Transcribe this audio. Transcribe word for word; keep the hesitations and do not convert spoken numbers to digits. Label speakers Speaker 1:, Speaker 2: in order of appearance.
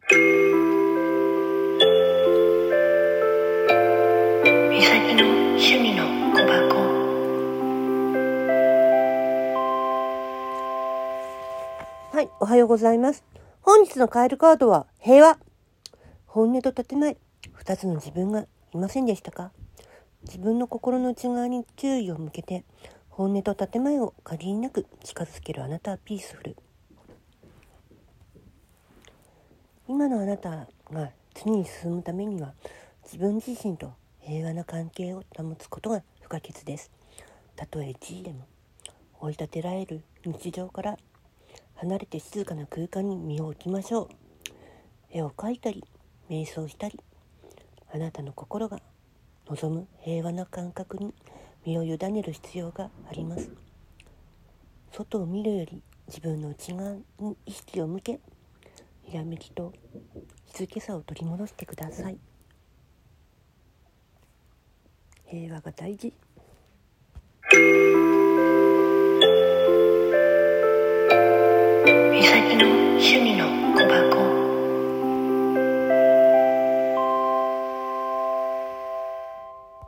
Speaker 1: みさきの趣味の小箱。
Speaker 2: はい、おはようございます。本日のカエルカードは平和。本音と建前、二つの自分がいませんでしたか？自分の心の内側に注意を向けて、本音と建前を限りなく近づけるあなたはピースフル。今のあなたが次に進むためには、自分自身と平和な関係を保つことが不可欠です。たとえ地位でも、追い立てられる日常から離れて静かな空間に身を置きましょう。絵を描いたり、瞑想したり、あなたの心が望む平和な感覚に身を委ねる必要があります。外を見るより自分の内側に意識を向け、ひらめきと静けさを取り戻してください。平和が大事。